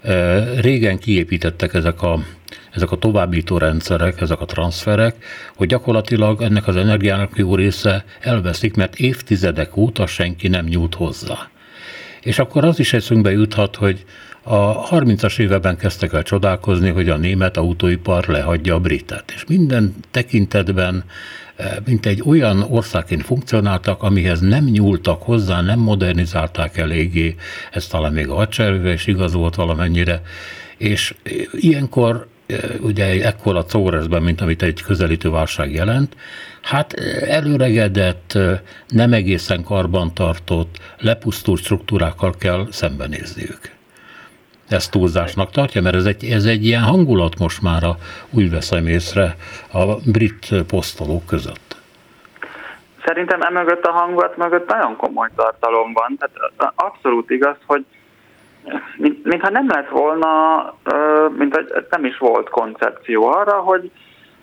régen kiépítettek ezek a, ezek a továbbító rendszerek, ezek a transferek, hogy gyakorlatilag ennek az energiának jó része elveszik, mert évtizedek óta senki nem nyújt hozzá. És akkor az is eszünkbe juthat, hogy a harmincas években kezdtek el csodálkozni, hogy a német autóipar lehagyja a britet. És minden tekintetben mint egy olyan országként funkcionáltak, amihez nem nyúltak hozzá, nem modernizálták eléggé, ez talán még a hadseregre is igaz volt valamennyire, és ilyenkor, ugye ekkora Czórezben, mint amit egy közelítő válság jelent, hát előregedett, nem egészen karbantartott, lepusztult struktúrákkal kell szembenézniük. Ezt túlzásnak tartja, mert ez egy, ez egy ilyen hangulat most már a, úgy veszem észre a brit posztolók között. Szerintem emögött a hangulat mögött nagyon komoly tartalom van. Tehát abszolút igaz, hogy mint, mintha nem lett volna, mint nem is volt koncepció arra, hogy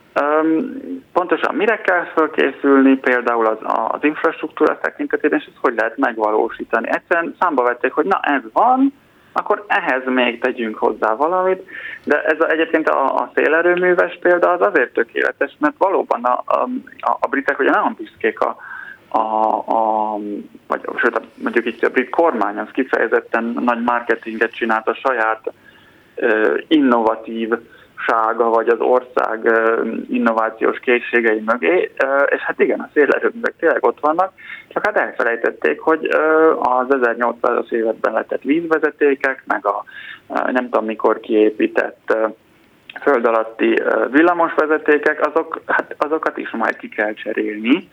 pontosan mire kell felkészülni, például az, az infrastruktúra tekintetében, és ezt hogy lehet megvalósítani. Egyszerűen számba vették, hogy na ez van, akkor ehhez még tegyünk hozzá valamit, de ez a, egyébként a, a szélerőműves példa az azért tökéletes, mert valóban a, a, a britek ugye nagyon büszkék a, a, a vagy sőt, mondjuk itt a brit kormány az kifejezetten nagy marketinget csinált a saját uh, innovatívsága, vagy az ország uh, innovációs készségei mögé, uh, és hát igen, a szélerőművek tényleg ott vannak, csak hát elfelejtették, hogy az ezernyolcszázas években letett vízvezetékek, meg a nem tudom mikor kiépített föld alatti villamosvezetékek, azok, hát azokat is majd ki kell cserélni.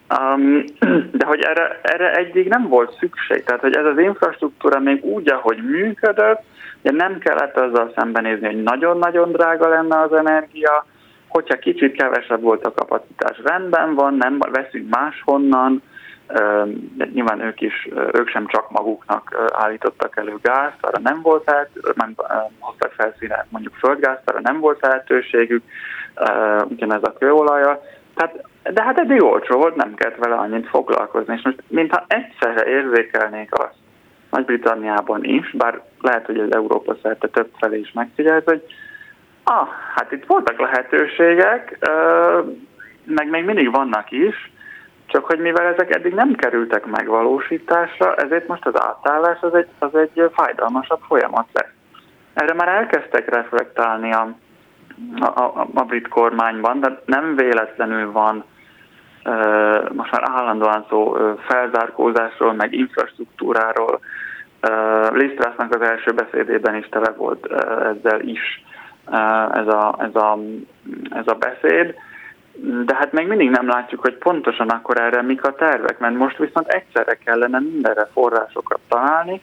De hogy erre, erre eddig nem volt szükség, tehát hogy ez az infrastruktúra még úgy, ahogy működött, ugye nem kellett azzal szembenézni, hogy nagyon-nagyon drága lenne az energia, hogyha kicsit kevesebb volt a kapacitás, rendben van, nem veszünk máshonnan, de nyilván ők is, ők sem csak maguknak állítottak elő gázt, arra nem volt lehetőségük, hoztak felszínre mondjuk földgázt, arra nem volt lehetőségük, ugyanez a kőolaja, tehát, de hát eddig olcsó volt, nem kellett vele annyit foglalkozni, és most mintha egyszerre érzékelnék azt, Nagy-Britanniában is, bár lehet, hogy ez Európa szerte több felé is megfigyelt, hogy ah, hát itt voltak lehetőségek, meg még mindig vannak is, csak hogy mivel ezek eddig nem kerültek megvalósításra, ezért most az átállás az egy, az egy fájdalmasabb folyamat lesz. Erre már elkezdtek reflektálni a, a, a, a brit kormányban, de nem véletlenül van uh, most már állandóan szó uh, felzárkózásról, meg infrastruktúráról. Uh, Liz Trussnak az első beszédében is tele volt uh, ezzel is uh, ez, a, ez, a, ez a beszéd. De hát még mindig nem látjuk, hogy pontosan akkor erre mik a tervek, mert most viszont egyszerre kellene mindenre forrásokat találni,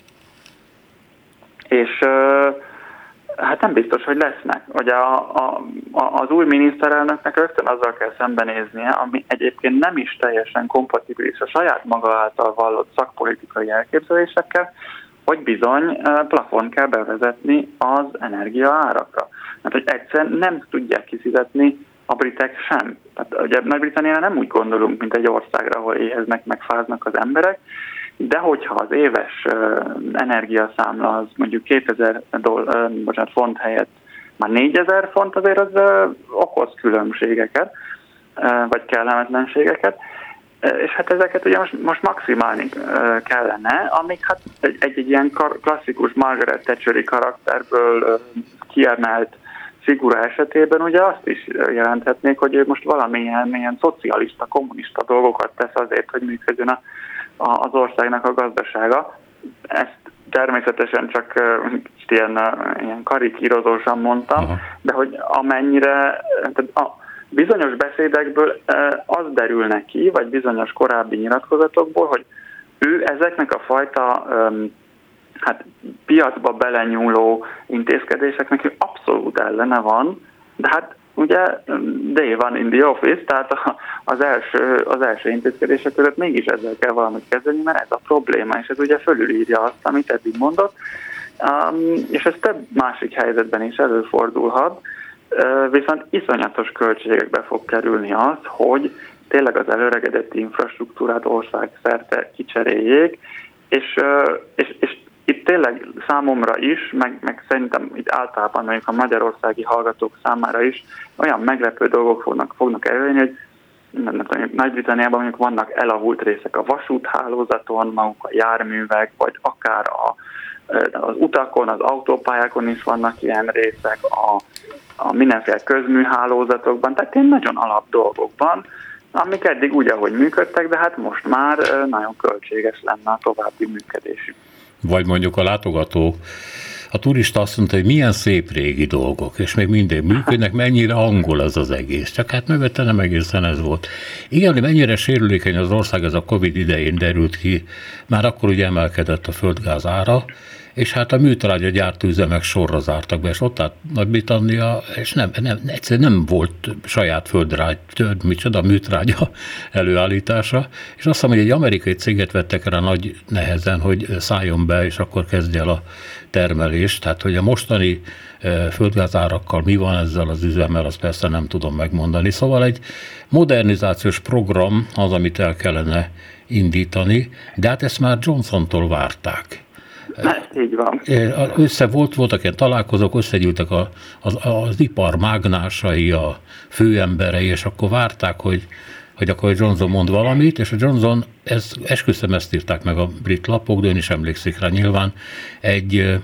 és hát nem biztos, hogy lesznek. Ugye a, a, az új miniszterelnöknek rögtön azzal kell szembenéznie, ami egyébként nem is teljesen kompatibilis a saját maga által vallott szakpolitikai elképzelésekkel, hogy bizony plafont kell bevezetni az energia árakra. Mert hogy egyszerűen nem tudják kifizetni a britek sem. Tehát ugye Nagy-Britanniára nem úgy gondolunk, mint egy országra, ahol éheznek, meg fáznak az emberek, de hogyha az éves uh, energiaszámla az mondjuk kétezer doll- uh, bocsánat, font helyett már négyezer font, azért az uh, okoz különbségeket, uh, vagy kellemetlenségeket, uh, és hát ezeket ugye most, most maximálni uh, kellene, amik hát egy, egy, egy ilyen kar- klasszikus Margaret Thatcheri karakterből uh, kiemelt figura esetében ugye azt is jelenthetnék, hogy ő most valamilyen ilyen szocialista, kommunista dolgokat tesz azért, hogy működjön a, a, az országnak a gazdasága. Ezt természetesen csak uh, ilyen, uh, ilyen karikírozósan mondtam, uh-huh. de hogy amennyire a bizonyos beszédekből uh, az derül neki, vagy bizonyos korábbi nyilatkozatokból, hogy ő ezeknek a fajta um, hát piacba belenyúló intézkedéseknek abszolút ellene van, de hát ugye day one in the office, tehát az első, az első intézkedések között mégis ezzel kell valamit kezdeni, mert ez a probléma, és ez ugye fölülírja azt, amit eddig mondott, um, és ez több másik helyzetben is előfordulhat, uh, viszont iszonyatos költségekbe fog kerülni az, hogy tényleg az előregedett infrastruktúrát országszerte kicseréljék, és, uh, és, és itt tényleg számomra is, meg, meg szerintem itt általában mondjuk a magyarországi hallgatók számára is olyan meglepő dolgok fognak, fognak előjönni, hogy nem tudom, Nagy-Britanniában mondjuk vannak elavult részek a vasúthálózaton, maguk a járművek, vagy akár a, az utakon, az autópályákon is vannak ilyen részek, a, a mindenféle közműhálózatokban, tehát ilyen nagyon alap dolgokban, amik eddig úgy, ahogy működtek, de hát most már nagyon költséges lenne a további működésük. Vagy mondjuk a látogató, a turista azt mondta, hogy milyen szép régi dolgok, és még mindig működnek, mennyire angol ez az egész. Csak hát mögötte nem egészen ez volt. Igen, mennyire sérülékeny az ország, ez a Covid idején derült ki, már akkor ugye emelkedett a földgáz ára, és hát a műtrágya gyártóüzemek sorra zártak be, és ott állt Nagy-Britannia, és nem, nem, egyszerűen nem volt saját földrágy, micsoda műtrágya előállítása, és azt hiszem, hogy egy amerikai céget vettek rá nagy nehezen, hogy szálljon be, és akkor kezdje el a termelést, tehát hogy a mostani földgázárakkal mi van ezzel az üzemmel, azt persze nem tudom megmondani. Szóval egy modernizációs program az, amit el kellene indítani, de hát ezt már Johnsontól várták. Így van. Össze volt, voltak ilyen találkozók, összegyűltek a, az, az ipar mágnásai, a főemberei, és akkor várták, hogy, hogy akkor Johnson mond valamit, és a Johnson, ez, esküszöm, ezt írták meg a brit lapok, de ön is emlékszik rá nyilván, egy e,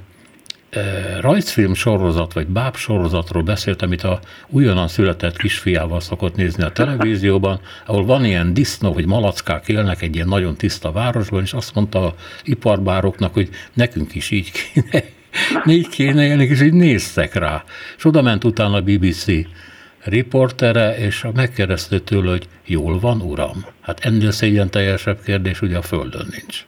rajzfilm sorozat, vagy báb sorozatról beszélt, amit a újonnan született kisfiával szokott nézni a televízióban, ahol van ilyen disznó, hogy malackák élnek egy ilyen nagyon tiszta városban, és azt mondta a iparbároknak, hogy nekünk is így kéne, így kéne élni, és így néztek rá. És oda ment utána a bé bé cé riportere, és megkérdezte tőle, hogy jól van, uram? Hát ennél szégyen teljesebb kérdés ugye a Földön nincs.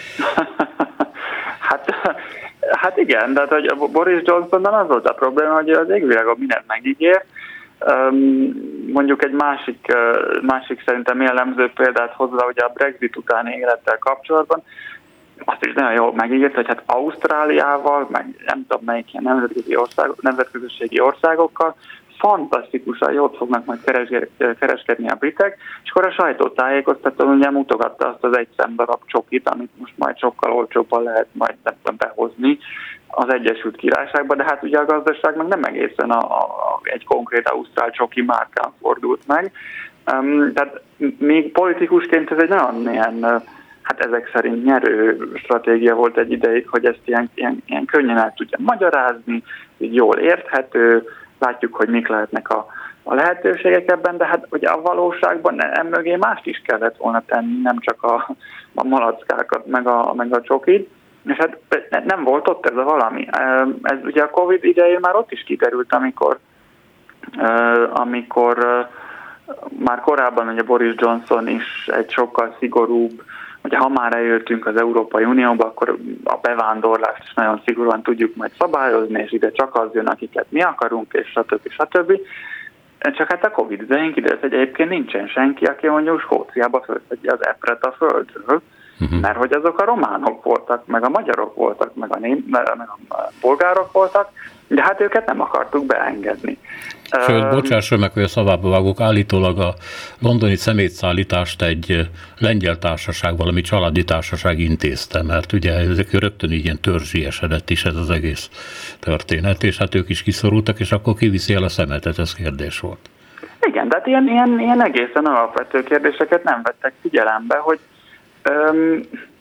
Hát... Hát igen, de hát, hogy Boris Johnsonnal az volt a probléma, hogy az égvilágon mindent megígér. Mondjuk egy másik, másik szerintem jellemző példát hozva, ugye a Brexit utáni élettel kapcsolatban, azt is nagyon jól megígért, hogy hát Ausztráliával, meg nem tudom melyik ilyen nemzetközi ország, nemzetköziségi országokkal fantasztikusan jót fognak majd kereskedni a britek, és akkor a sajtótájékoztató ugye mutogatta azt az egy szemdarab csokit, amit most majd sokkal olcsóbban lehet majd behozni az Egyesült Királyságba, de hát ugye a gazdaság meg nem egészen a, a, egy konkrét ausztrál csoki márkán fordult meg. Um, tehát még politikusként ez egy nagyon ilyen, hát ezek szerint nyerő stratégia volt egy ideig, hogy ezt ilyen, ilyen, ilyen könnyen el tudja magyarázni, így jól érthető, látjuk, hogy mik lehetnek a, a lehetőségek ebben, de hát ugye a valóságban emögé mást is kellett volna tenni, nem csak a, a malackákat, meg a, meg a csokit, és hát nem volt ott ez a valami. Ez ugye a Covid idején már ott is kiderült, amikor, amikor már korábban ugye Boris Johnson is egy sokkal szigorúbb, ugye ha már eljöttünk az Európai Unióba, akkor a bevándorlást is nagyon szigorúan tudjuk majd szabályozni, és ide csak az jön, akiket mi akarunk, és stb. stb. Csak hát a Covid idején kiderült, hogy egyébként nincsen senki, aki mondjuk Skóciába fölszedje az epret a földről, uh-huh. mert hogy azok a románok voltak, meg a magyarok voltak, meg a, ném, meg a bolgárok voltak, de hát őket nem akartuk beengedni. Sőt, bocsásson meg, hogy a szavába vágok, állítólag a londoni szemétszállítást egy lengyel társaság, valami családi társaság intézte, mert ugye ezek rögtön így ilyen törzsiesedett is ez az egész történet, és hát ők is kiszorultak, és akkor kiviszi el a szemetet, ez kérdés volt. Igen, de hát ilyen, ilyen, ilyen egészen alapvető kérdéseket nem vettek figyelembe, hogy öm,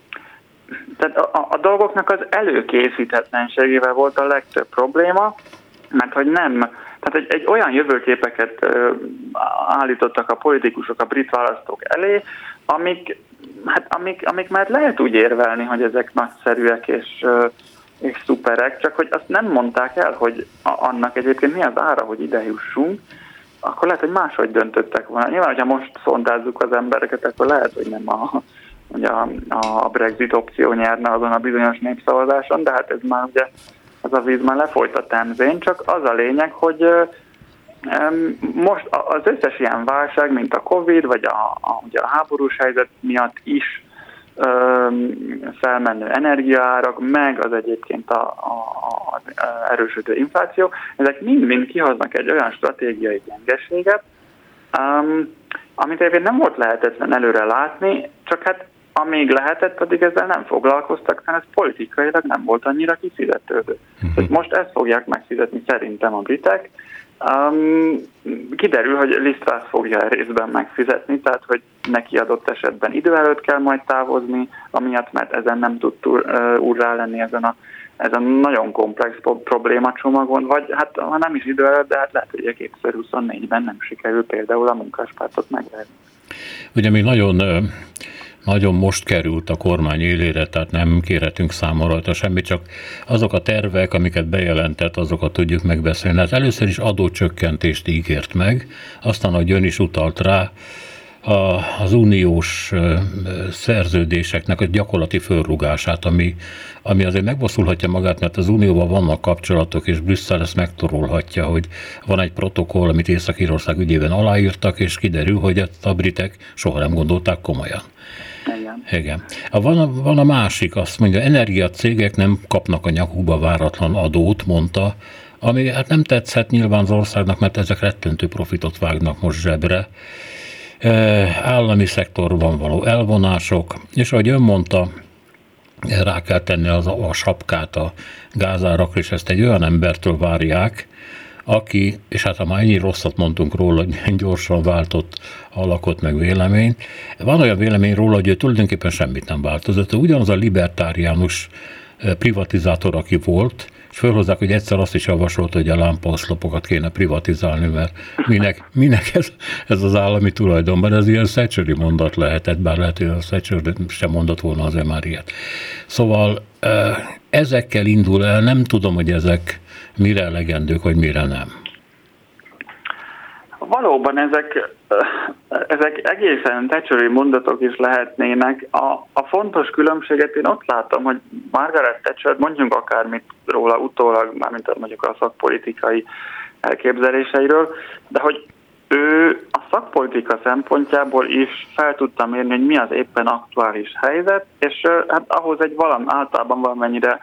tehát a, a dolgoknak az előkészítetlenségével volt a legtöbb probléma, mert hogy nem, tehát egy, egy olyan jövőképeket ö, állítottak a politikusok a brit választók elé, amik, hát amik, amik már lehet úgy érvelni, hogy ezek nagyszerűek és, ö, és szuperek, csak hogy azt nem mondták el, hogy a, annak egyébként mi az ára, hogy ide jussunk, akkor lehet, hogy máshogy döntöttek volna. Nyilván, hogyha most szondázzuk az embereket, akkor lehet, hogy nem a hogy a, a Brexit opció nyerne azon a bizonyos népszavazáson, de hát ez már ugye, az a víz már lefolyt a Temzén, csak az a lényeg, hogy um, most az összes ilyen válság, mint a Covid, vagy a, a, ugye a háborús helyzet miatt is um, felmenő energiaárak, meg az egyébként a, a, a erősödő infláció, ezek mind-mind kihoznak egy olyan stratégiai gyengeséget, um, amit egyébként nem volt lehetetlen előre látni, csak hát amíg lehetett, addig ezzel nem foglalkoztak, mert ez politikailag nem volt annyira kifizetődő. Uh-huh. Most ezt fogják megfizetni szerintem a britek. Um, kiderül, hogy Liz Truss fogja részben megfizetni, tehát hogy neki adott esetben idő előtt kell majd távozni, amiatt, mert ezen nem tud úrrá lenni ezen a, ezen a nagyon komplex problémacsomagon, vagy hát ha nem is idő előtt, de hát lehet, hogy kétezer-huszonnégyben nem sikerül például a munkáspártot megverni. Ugye még nagyon nagyon most került a kormány élére, tehát nem kérhetünk számon rajta semmit, csak azok a tervek, amiket bejelentett, azokat tudjuk megbeszélni. Hát először is adócsökkentést ígért meg, aztán, ahogy ön is utalt rá, a, az uniós szerződéseknek a gyakorlati fölrúgását, ami, ami azért megbosszulhatja magát, mert az unióban vannak kapcsolatok, és Brüsszel ezt megtorolhatja, hogy van egy protokoll, amit Észak-Írország ügyében aláírtak, és kiderül, hogy ezt a britek soha nem gondolták komolyan. Igen. Igen. Van a, van a másik, azt mondja, energiacégek nem kapnak a nyakukba váratlan adót, mondta, ami hát nem tetszett nyilván az országnak, mert ezek rettentő profitot vágnak most zsebre. Állami szektorban való elvonások, és ahogy ön mondta, rá kell tenni az a, a sapkát a gázárakra, és ezt egy olyan embertől várják, aki, és hát ha már ennyi rosszat mondtunk róla, hogy gyorsan váltott alakot meg véleményt, van olyan vélemény róla, hogy ő tulajdonképpen semmit nem változott. Ugyanaz a libertáriánus privatizátor, aki volt, és fölhozzák, hogy egyszer azt is javasolt, hogy a lámpaoszlopokat kéne privatizálni, mert minek, minek ez, ez az állami tulajdonban, ez ilyen Thatcheri mondat lehetett, bár lehet, hogy a Thatcher sem mondott volna azért már ilyet. Szóval ezekkel indul el, nem tudom, hogy ezek mire elegendők, vagy mire nem. Valóban ezek, ezek egészen Thatcheri mondatok is lehetnének. A, a fontos különbséget én ott látom, hogy Margaret Thatcher, mondjunk akármit róla utólag, mármint mondjuk a szakpolitikai elképzeléseiről, de hogy ő a szakpolitika szempontjából is fel tudta mérni, hogy mi az éppen aktuális helyzet, és hát ahhoz egy valam, általában valamennyire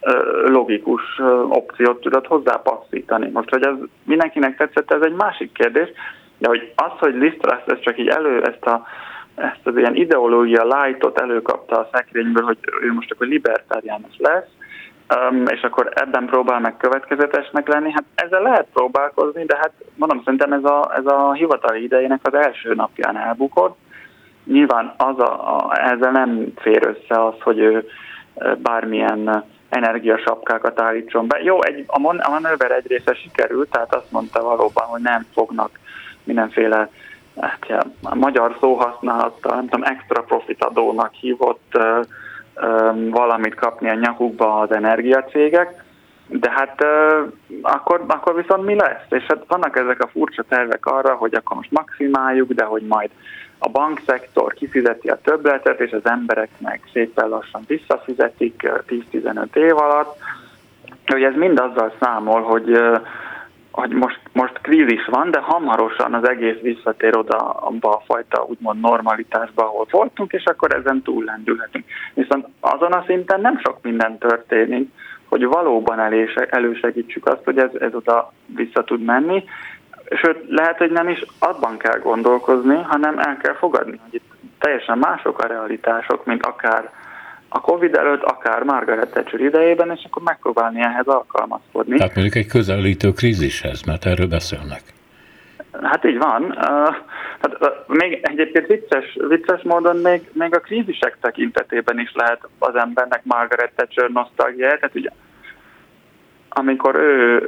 logikus opciót tudott hozzá passzítani. Most, hogy ez mindenkinek tetszett, ez egy másik kérdés, de hogy az, hogy Liz Truss ez csak így elő, ezt, a, ezt az ilyen ideológia lightot előkapta a szekrényből, hogy ő most akkor libertáriánus lesz, és akkor ebben próbál meg következetesnek lenni, hát ezzel lehet próbálkozni, de hát mondom, szerintem ez a, ez a hivatali idejének az első napján elbukott. Nyilván az a, a, ezzel nem fér össze az, hogy ő bármilyen energiasapkákat állítson be. Jó, egy, a, mon, a manőver egy része sikerült, tehát azt mondta valóban, hogy nem fognak mindenféle hát, ja, a magyar szóhasználattal, nem tudom, extra profit adónak hívott uh, um, valamit kapni a nyakukba az energiacégek, de hát uh, akkor, akkor viszont mi lesz? És hát vannak ezek a furcsa tervek arra, hogy akkor most maximáljuk, de hogy majd a bankszektor kifizeti a többletet, és az emberek meg szépen lassan visszafizetik tíz-tizenöt év alatt. Hogy ez mind azzal számol, hogy, hogy most, most krízis van, de hamarosan az egész visszatér oda abba a fajta úgymond normalitásba, ahol voltunk, és akkor ezen túllendülhetünk. Viszont azon a szinten nem sok minden történik, hogy valóban elősegítsük azt, hogy ez, ez oda vissza tud menni. Sőt, lehet, hogy nem is abban kell gondolkozni, hanem el kell fogadni, hogy itt teljesen mások a realitások, mint akár a Covid előtt, akár Margaret Thatcher idejében, és akkor megpróbálni ehhez alkalmazkodni. Tehát mondjuk egy közelítő krízishez, mert erről beszélnek. Hát így van. Hát, még egyébként vicces, vicces módon még, még a krízisek tekintetében is lehet az embernek Margaret Thatcher nosztalgiája. Tehát ugye, amikor ő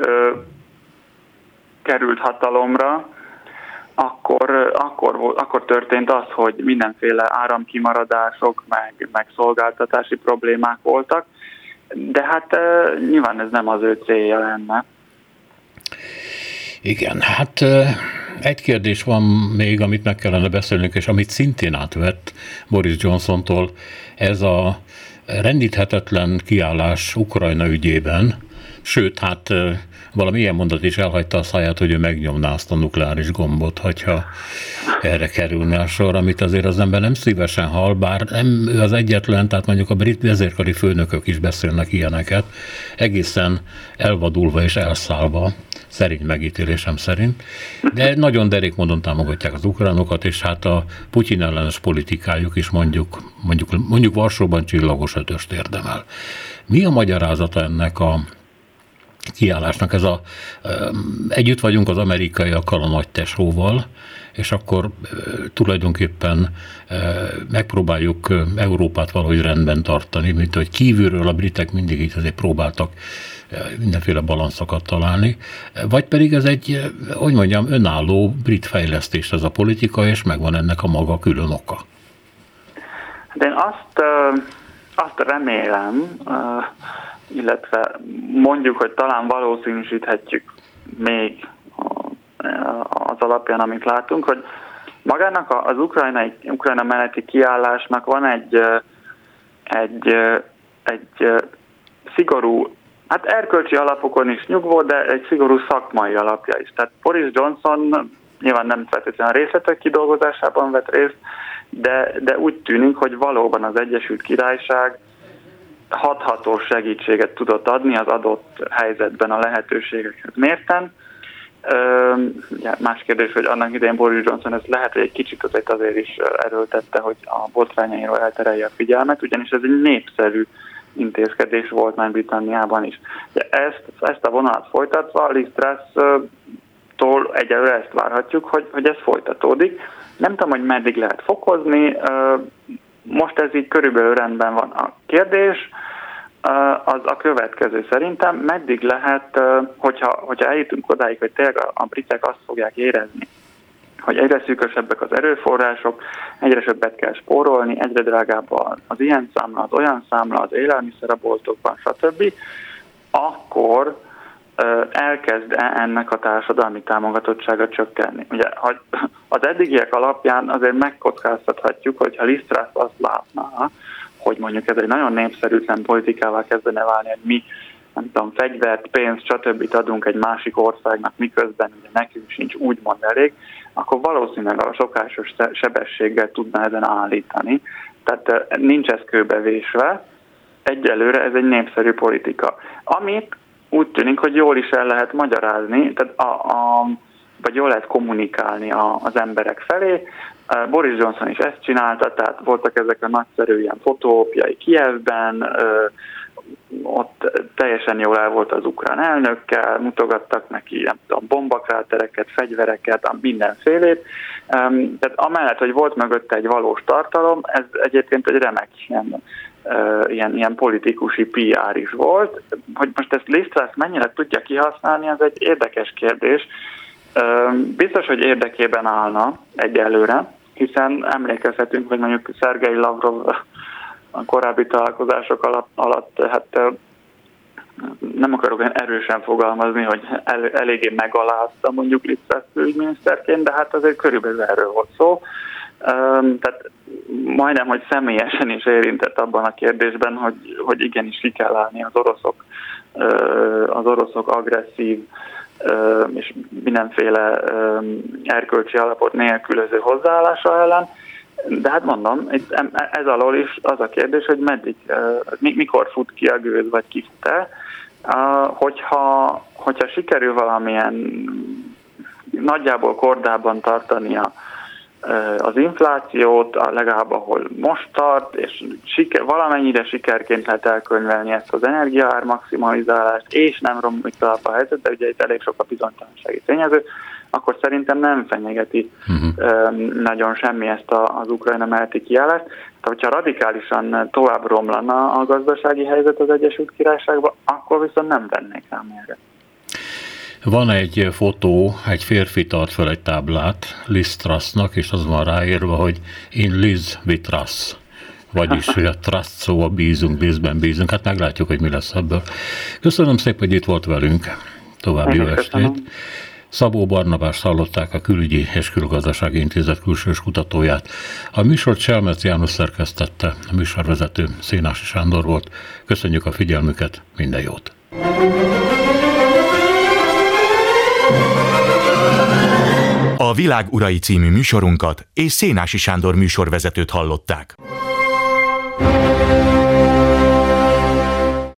került hatalomra, akkor, akkor, akkor történt az, hogy mindenféle áramkimaradások, meg, meg szolgáltatási problémák voltak, de hát uh, nyilván ez nem az ő célja lenne. Igen, hát egy kérdés van még, amit meg kellene beszélnünk, és amit szintén átvett Boris Johnsontól, ez a rendíthetetlen kiállás Ukrajna ügyében, sőt, hát valami ilyen mondat is elhagyta a száját, hogy ő megnyomná azt a nukleáris gombot, hogyha erre kerülne a sor, amit azért az ember nem szívesen hall, bár nem ő az egyetlen, tehát mondjuk a brit vezérkari főnökök is beszélnek ilyeneket, egészen elvadulva és elszállva, szerint megítélésem szerint, de nagyon derék módon támogatják az ukránokat, és hát a Putyin ellenes politikájuk is mondjuk, mondjuk, mondjuk Varsóban csillagos ötöst érdemel. Mi a magyarázata ennek a kiállásnak? Ez a, együtt vagyunk az amerikaiakkal, a nagy tesóval, és akkor tulajdonképpen megpróbáljuk Európát valahogy rendben tartani, mint hogy kívülről a britek mindig így azért próbáltak mindenféle balanszokat találni, vagy pedig ez egy, hogy mondjam, önálló brit fejlesztés ez a politika, és megvan ennek a maga külön oka. De én azt, azt remélem, illetve mondjuk, hogy talán valószínűsíthetjük még az alapján, amit látunk, hogy magának az ukrajnai, Ukrajna melletti kiállásnak van egy, egy, egy szigorú, hát erkölcsi alapokon is nyugvó, de egy szigorú szakmai alapja is. Tehát Boris Johnson nyilván nem feltétlenül a részletek kidolgozásában vett részt, de, de úgy tűnik, hogy valóban az Egyesült Királyság hathatós segítséget tudott adni az adott helyzetben a lehetőségekhez mérten. Ugye más kérdés, hogy annak idején Boris Johnson ezt lehet, hogy egy kicsit azért, azért is erőltette, hogy a botrányairól elterelje a figyelmet, ugyanis ez egy népszerű intézkedés volt Nagy-Britanniában is. De ezt, ezt a vonalat folytatva, Liz Truss-tól egyelőre ezt várhatjuk, hogy, hogy ez folytatódik. Nem tudom, hogy meddig lehet fokozni, most ez így körülbelül rendben van. A kérdés az a következő szerintem, meddig lehet, hogyha, hogyha eljutunk odáig, hogy tényleg a, a britek azt fogják érezni, hogy egyre szűkösebbek az erőforrások, egyre többet kell spórolni, egyre drágább az ilyen számla, az olyan számla, az élelmiszer a boltokban, stb., akkor elkezd ennek a társadalmi támogatottsága csökkenni. Ugye, hogy az eddigiek alapján azért megkockáztathatjuk, hogyha Liz Truss azt látná, hogy mondjuk ez egy nagyon népszerűtlen politikává kezdene válni, hogy mi, nem tudom, fegyvert, pénzt, stb. Adunk egy másik országnak, miközben ugye nekünk sincs úgymond elég, akkor valószínűleg a szokásos sebességgel tudna ezen állítani. Tehát nincs ez kőbevésve, egyelőre ez egy népszerű politika. Amit úgy tűnik, hogy jól is el lehet magyarázni, tehát a, a, vagy jól lehet kommunikálni a, az emberek felé. Boris Johnson is ezt csinálta, tehát voltak ezek a nagyszerű ilyen fotópjai Kijevben, ott teljesen jól el volt az ukrán elnökkel, mutogattak neki, nem tudom, bombakrátereket, fegyvereket, mindenfélét. Tehát amellett, hogy volt mögötte egy valós tartalom, ez egyébként egy remek ilyen, ilyen, ilyen politikusi pé er is volt. Hogy most ezt Liz Truss mennyire tudja kihasználni, ez egy érdekes kérdés. Biztos, hogy érdekében állna egyelőre, hiszen emlékezhetünk, hogy mondjuk Szergej Lavrov a korábbi találkozások alatt, alatt hát nem akarok olyan erősen fogalmazni, hogy el, eléggé megalázta mondjuk Liz Truss külügyminiszterként, de hát azért körülbelül erről volt szó. Tehát majdnem, hogy személyesen is érintett abban a kérdésben, hogy, hogy igenis ki kell állni az oroszok, az oroszok agresszív és mindenféle erkölcsi alapot nélkülöző hozzáállása ellen. De hát mondom, ez alól is az a kérdés, hogy meddig, mikor fut ki a gőz, vagy ki fut-e. Hogyha, hogyha sikerül valamilyen nagyjából kordában tartania az inflációt, legalább ahol most tart, és siker, valamennyire sikerként lehet elkönyvelni ezt az energiaár maximalizálást, és nem romlik tovább a helyzet, de ugye itt elég sok a bizonytalansági tényező, akkor szerintem nem fenyegeti uh-huh. nagyon semmi ezt a, az Ukrajna melletti kiállást. Tehát, hogyha radikálisan tovább romlana a gazdasági helyzet az Egyesült Királyságban, akkor viszont nem vennék rá mérre. Van egy fotó, egy férfi tart fel egy táblát Liz Trussnak, és az van ráírva, hogy in Liz we trust. Vagyis, hogy a trust szóval bízunk, Lizben bízunk. Hát meglátjuk, hogy mi lesz ebből. Köszönöm szépen, hogy itt volt velünk. További jó estét. Szabó Barnabást hallották, a Külügyi és Külgazdasági Intézet külsős kutatóját. A műsort Selmec János szerkesztette, a műsorvezető Szénási Sándor volt. Köszönjük a figyelmüket, minden jót! A Világ urai című műsorunkat és Szénási Sándor műsorvezetőt hallották.